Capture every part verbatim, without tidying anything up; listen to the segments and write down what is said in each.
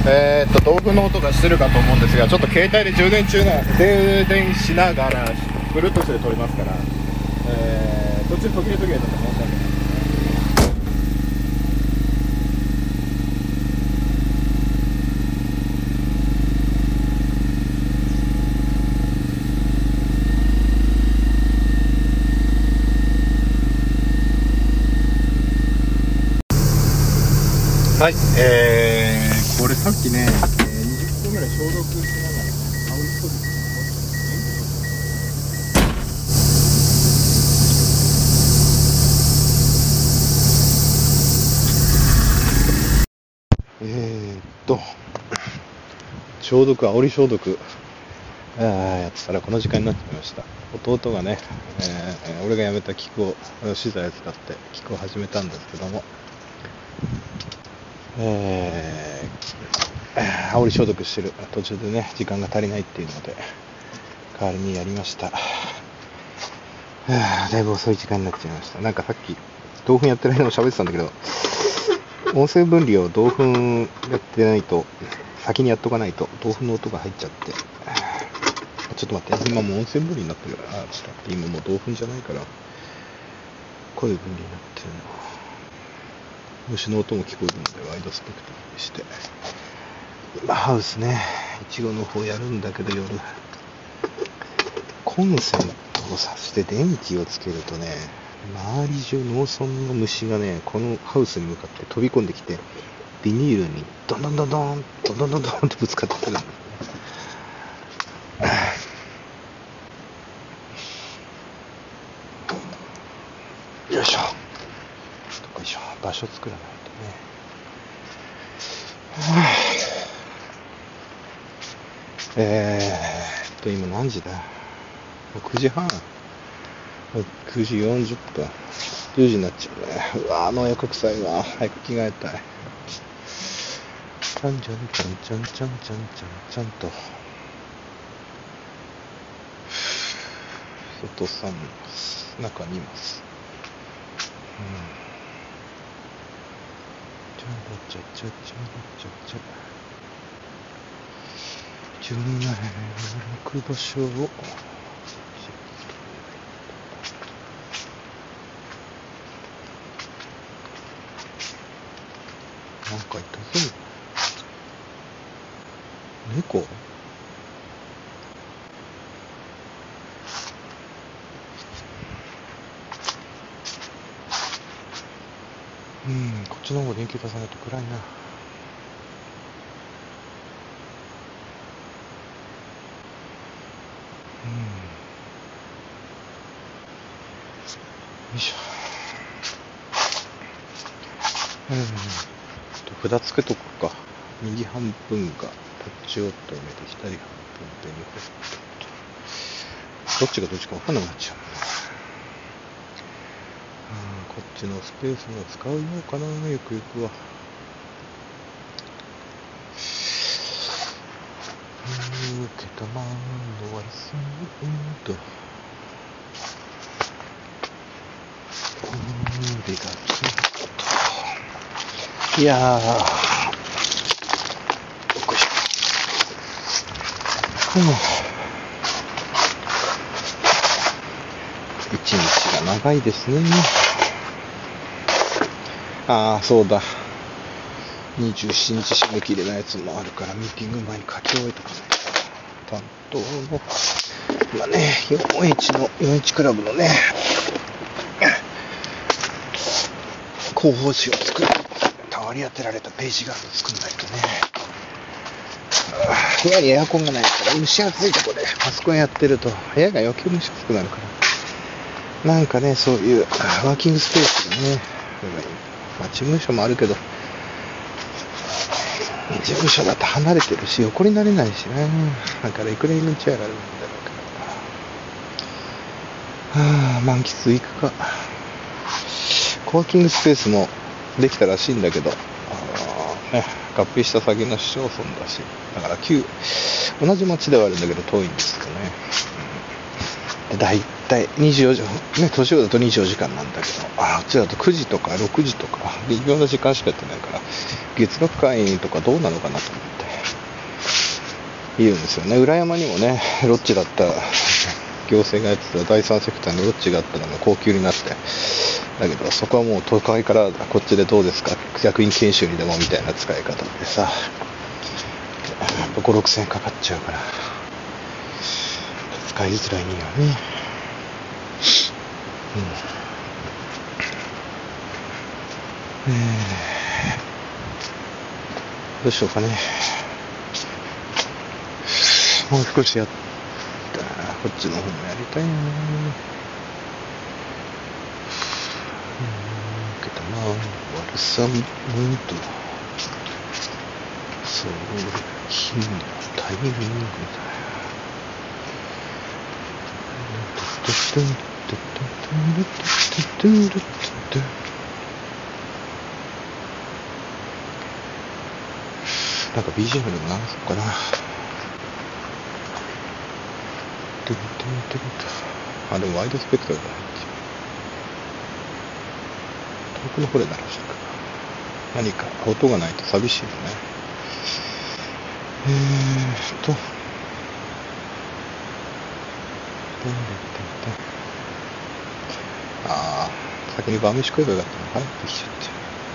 えー、っと豆腐の音がしてるかと思うんですが、ちょっと携帯で充電中な充電しながらブルートゥースで撮りますから、えー、途中途切れ途切れだと申し訳ない。はい、えー、これさっきね、えー、にじゅっぷんぐらい消毒しながらね、香り取りえーっと消毒、煽り消毒あやってたらこの時間になってきました。弟がね、えー、俺が辞めた機構資材を使って機構を始めたんですけども、えー、煽り消毒してる途中でね、時間が足りないっていうので代わりにやりました。だいぶ遅い時間になっちゃいました。なんかさっき豆腐やってる間も喋ってたんだけど、音声分離を豆腐やってないと、先にやっとかないと豆腐の音が入っちゃって、ちょっと待って、今もう音声分離になってる。あ、ちょっと待って、今もう豆腐じゃないから声分離になってるの。虫の音も聞こえるのでワイドスペクトルにして、今ハウスね、いちごの方やるんだけど、夜コンセントを挿して電気をつけるとね、周り中農村の虫がね、このハウスに向かって飛び込んできて、ビニールにドンドンドンドンドンドンドンドンってぶつかってくるんだよね。よいしょ、よいしょ、場所作らないとね。えーっと今何時だ、くじはん、くじよんじゅっぷん、じゅうじになっちゃうね。うわー、農薬臭いわ。早く着替えたい。ちゃんちゃんちゃんちゃんちゃんちゃんちゃんちゃんと外さんます、中にいます。うん、ちゃんちゃちゃちゃちゃちゃじゅうにまい歩く場所をなんかいたぞ。猫？うん、こっちの方が電気出さないと暗いな。よいしょ。うん、札つけとくか。右半分がタッチオットを埋めて、左半分でにほっと。どっちがどっちか分かんなくなっちゃう。うん、こっちのスペースも使うようかな、ゆくゆくは。抜けたまんのはすーっと。腕がついた。いやー、よっしょ。一日が長いですね。ああ、そうだ。にじゅうしちにち締め切りのやつもあるから、ミーティング前に書き終えとかないと。担当の、今ね、よんエイチ の、よんエイチクラブのね、広報誌を作る。割り当てられたページが作んないとね。部屋にエアコンがないから蒸し暑いところでパソコンやってると部屋が余計蒸し暑くなるから、なんかね、そういうワーキングスペースがね、まあ、事務所もあるけど、事務所だと離れてるし横になれないしね。だからいくらインチェアがあるんだろうけど、はあ、満喫行くか。コワーキングスペースもできたらしいんだけど、あのね、合併した先の市町村だし、だから旧同じ町ではあるんだけど遠いんですよね。でだいたいにじゅうよじかんね、年寄りだとにじゅうよじかんなんだけど、あっちだとくじとかろくじとか微妙な時間しかやってないから、月額会員とかどうなのかなと思って。 いるんですよね。裏山にもね、ロッジだった行政がやってた第三セクターのロッジがあったのが高級になって、だけどそこはもう都会からこっちでどうですか、役員研修にでもみたいな使い方でさ、やっぱご、ろくせんえんかかっちゃうから使いづらいんよね。うん、えー、どうしようかね。もう少しやったらこっちの方もやりたいな。うん、けどまあ悪さもとそういう日のタイミングだ。なんか ビージーエム でも流そうかな。あ、でもワイドスペクトルが入って遠くの方で鳴らしてくる。何か音がないと寂しいよね。えーっとああ、先に晩飯食えばよかったの。腹減ってきちゃって。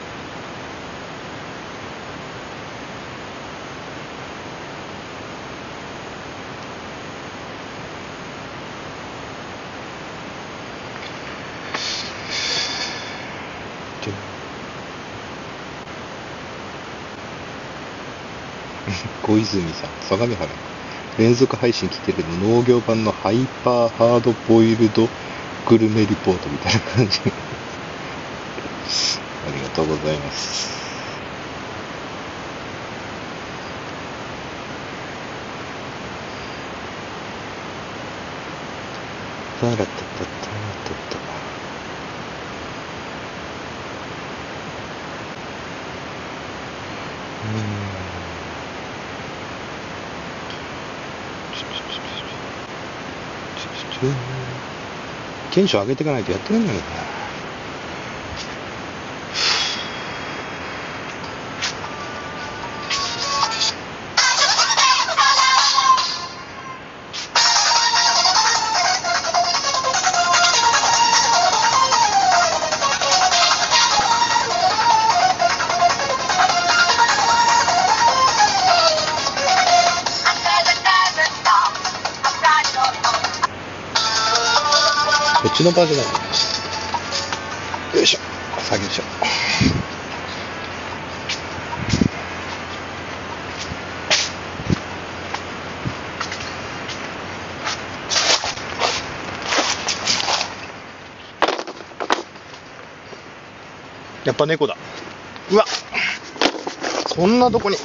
小泉さん、相模原連続配信来てるの農業版のハイパーハードボイルドグルメリポートみたいな感じありがとうございます。タラタタタタタテンション上げていかないとやってらんないのかな。こっちのバージョンだね。よいしょ、作業しよう。やっぱ猫だ。うわ、そんなとこに。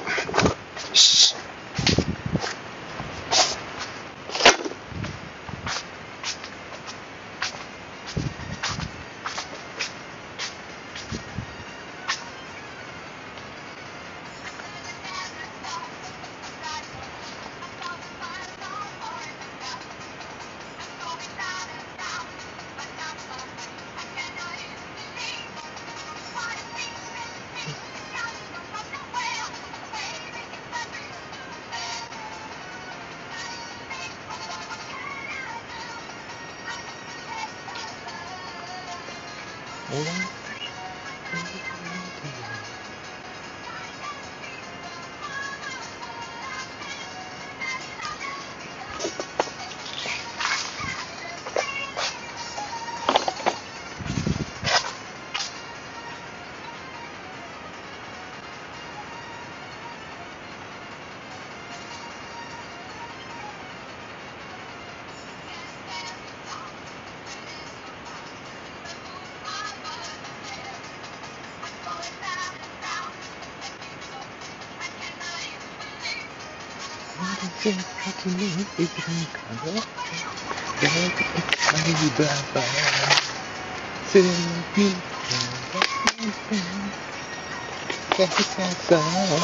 せっかくね、いくらかの、だいぶアリババ、セミカササ、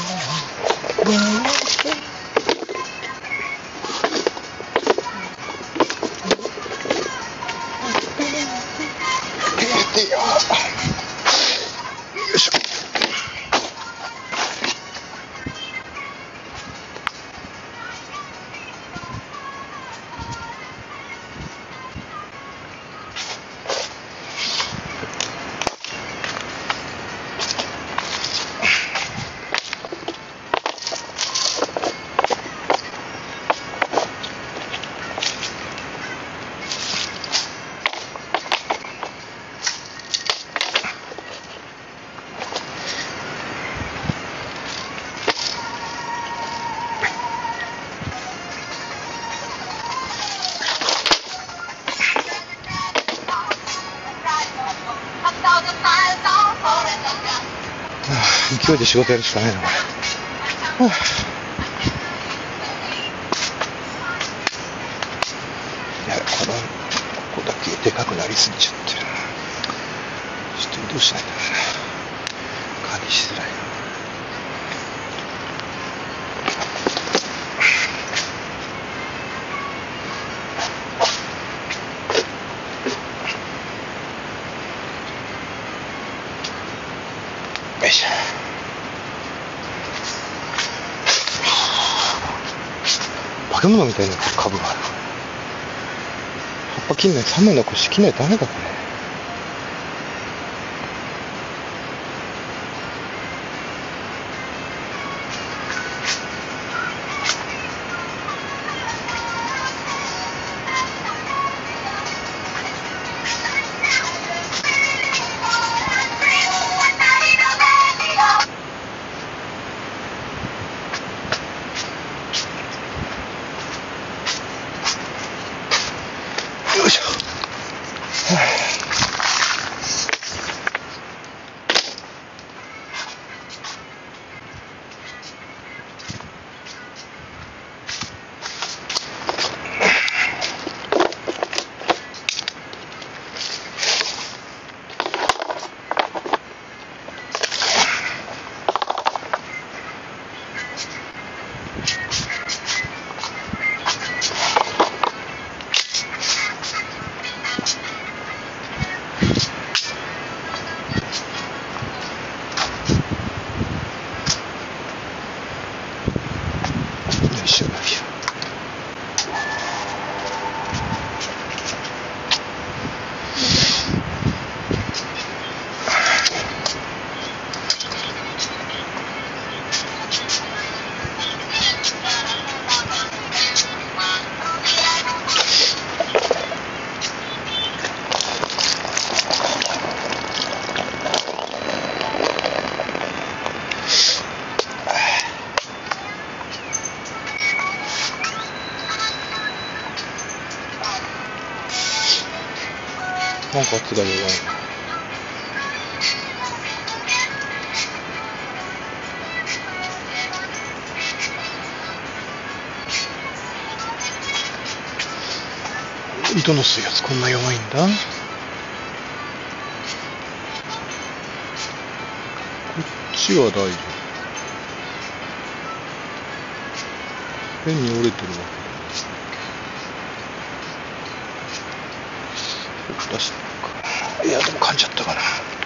よいしょ。 人で仕事やるしかないなこれ。はあ、いやこのここだけでかくなりすぎちゃってる。ちょっと移動しないと管理しづらいな。よいしょ。化け物みたいな株がある。葉っぱ切んない、寒いのこれ切んないとダメかこれ。よいしょ。なんか圧が弱い。糸の水圧こんな弱いんだ。こっちは大丈夫。変に折れてるわけ。出したのか。いやでも噛んじゃったかな。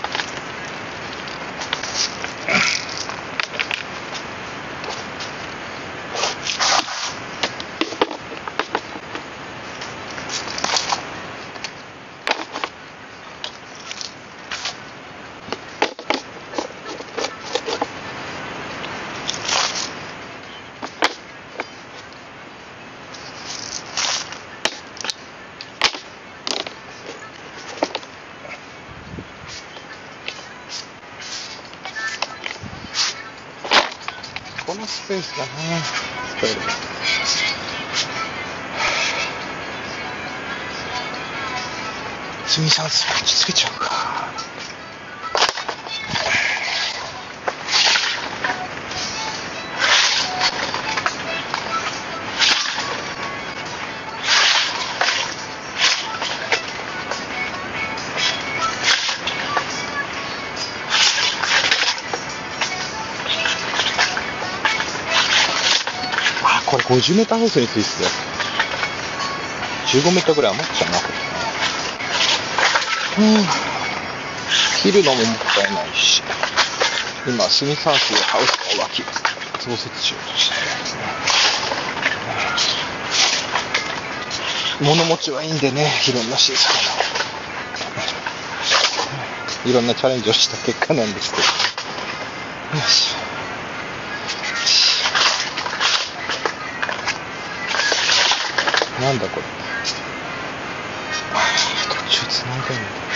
このスペースだな。使える。炭酸水こっちつけちゃうか。これごじゅうメーターハウスについてたよ。じゅうごメーターぐらい余っちゃうな、これ。うん。切るのももったいないし。今、炭酸水をハウスの脇、増設しようとしてる。物持ちはいいんでね、いろんな審査が。いろんなチャレンジをした結果なんですけど、ね。よし。なんだこれ。途中つないでんだ。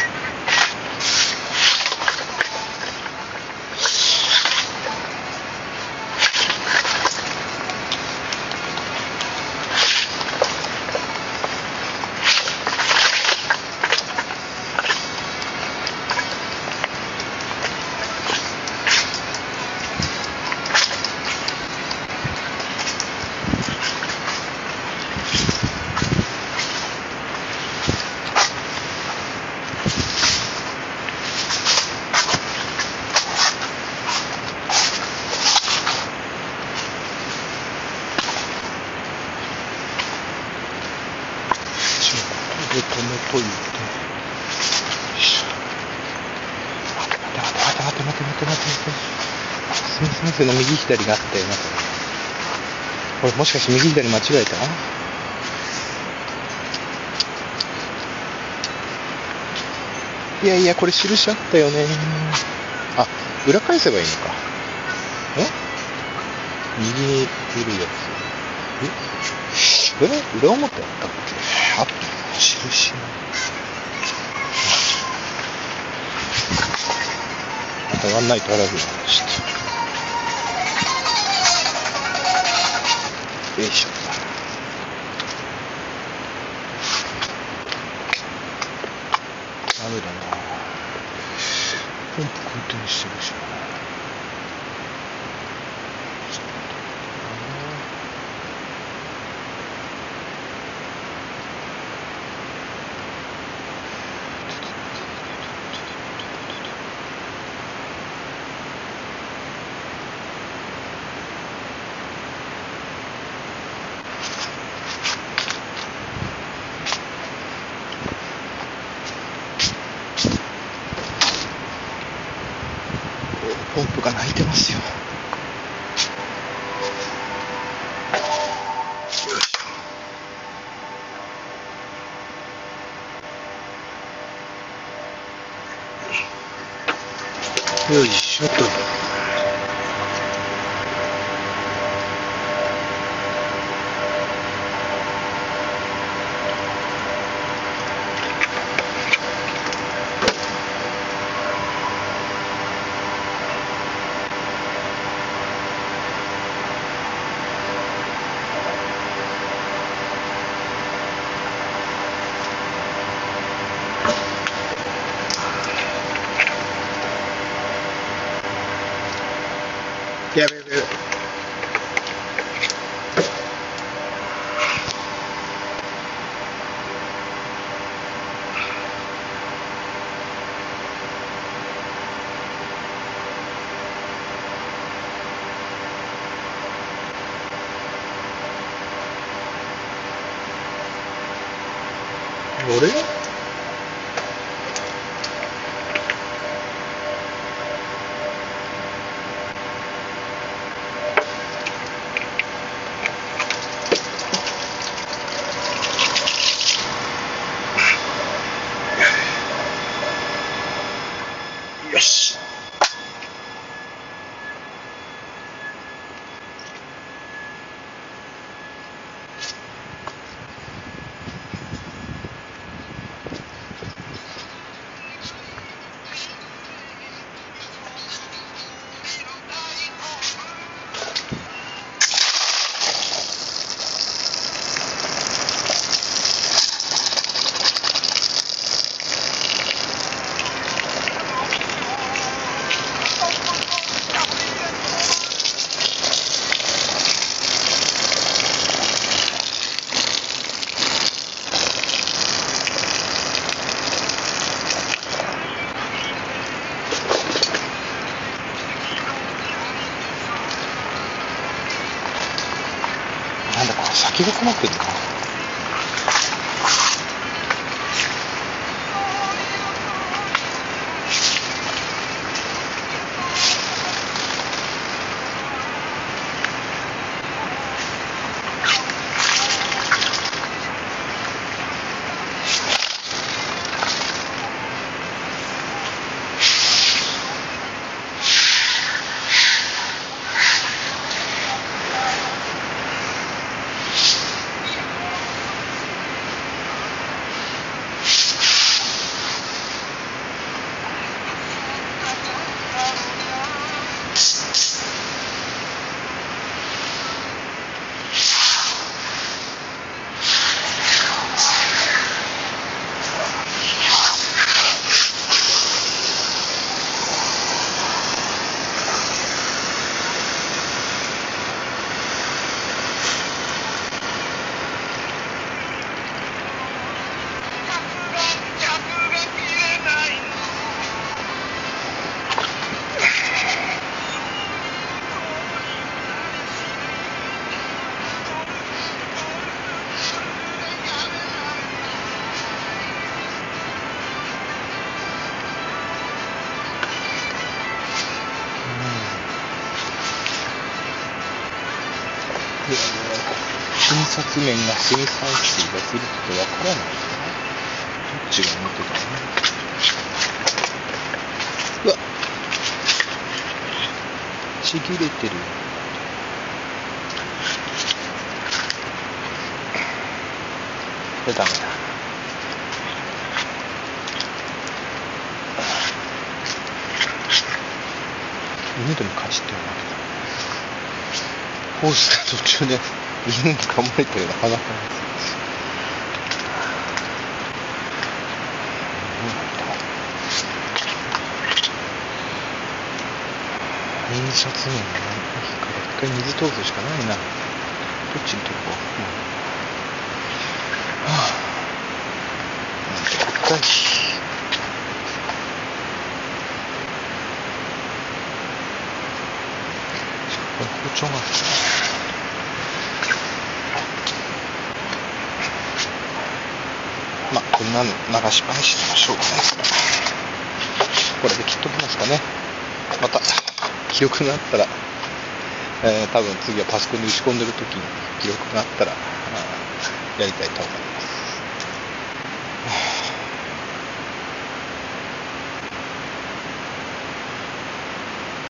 止めといて、よいしょ。待て待て待て待て待て待て待て待て待て。すみませんの右左があったよな、これ。これもしかして右左間違えた？いやいや、これ印あったよね。あ、裏返せばいいのか。え？右にいるやつ。え？え？裏表あったっけ？あった。印。またワンナイトアラビアンでした。よいしょ。ダメだな。ポンプコンテンしてるしな。ポンプが鳴いてますよ。よいしょと。やべやべやべ。あれ？よし。なんだこれ、先が困ってるな。 印刷面が水産水がずれててわからないな。どっちが表だね。うわっ、ちぎれてる。これダメだ。犬でも返してるわけだ。こうした途中で犬に噛まれてるの鼻からです。印刷面がないから一回水通すしかないな。どっちに取るか。はぁ、なんてこったい。これ包丁がある。まあこんなの流しっぱなしでもしょうがないですから、これで切っときますかね。また記憶があったら、えー、多分次はパソコンで打ち込んでる時に記憶があったらやりたいと思います。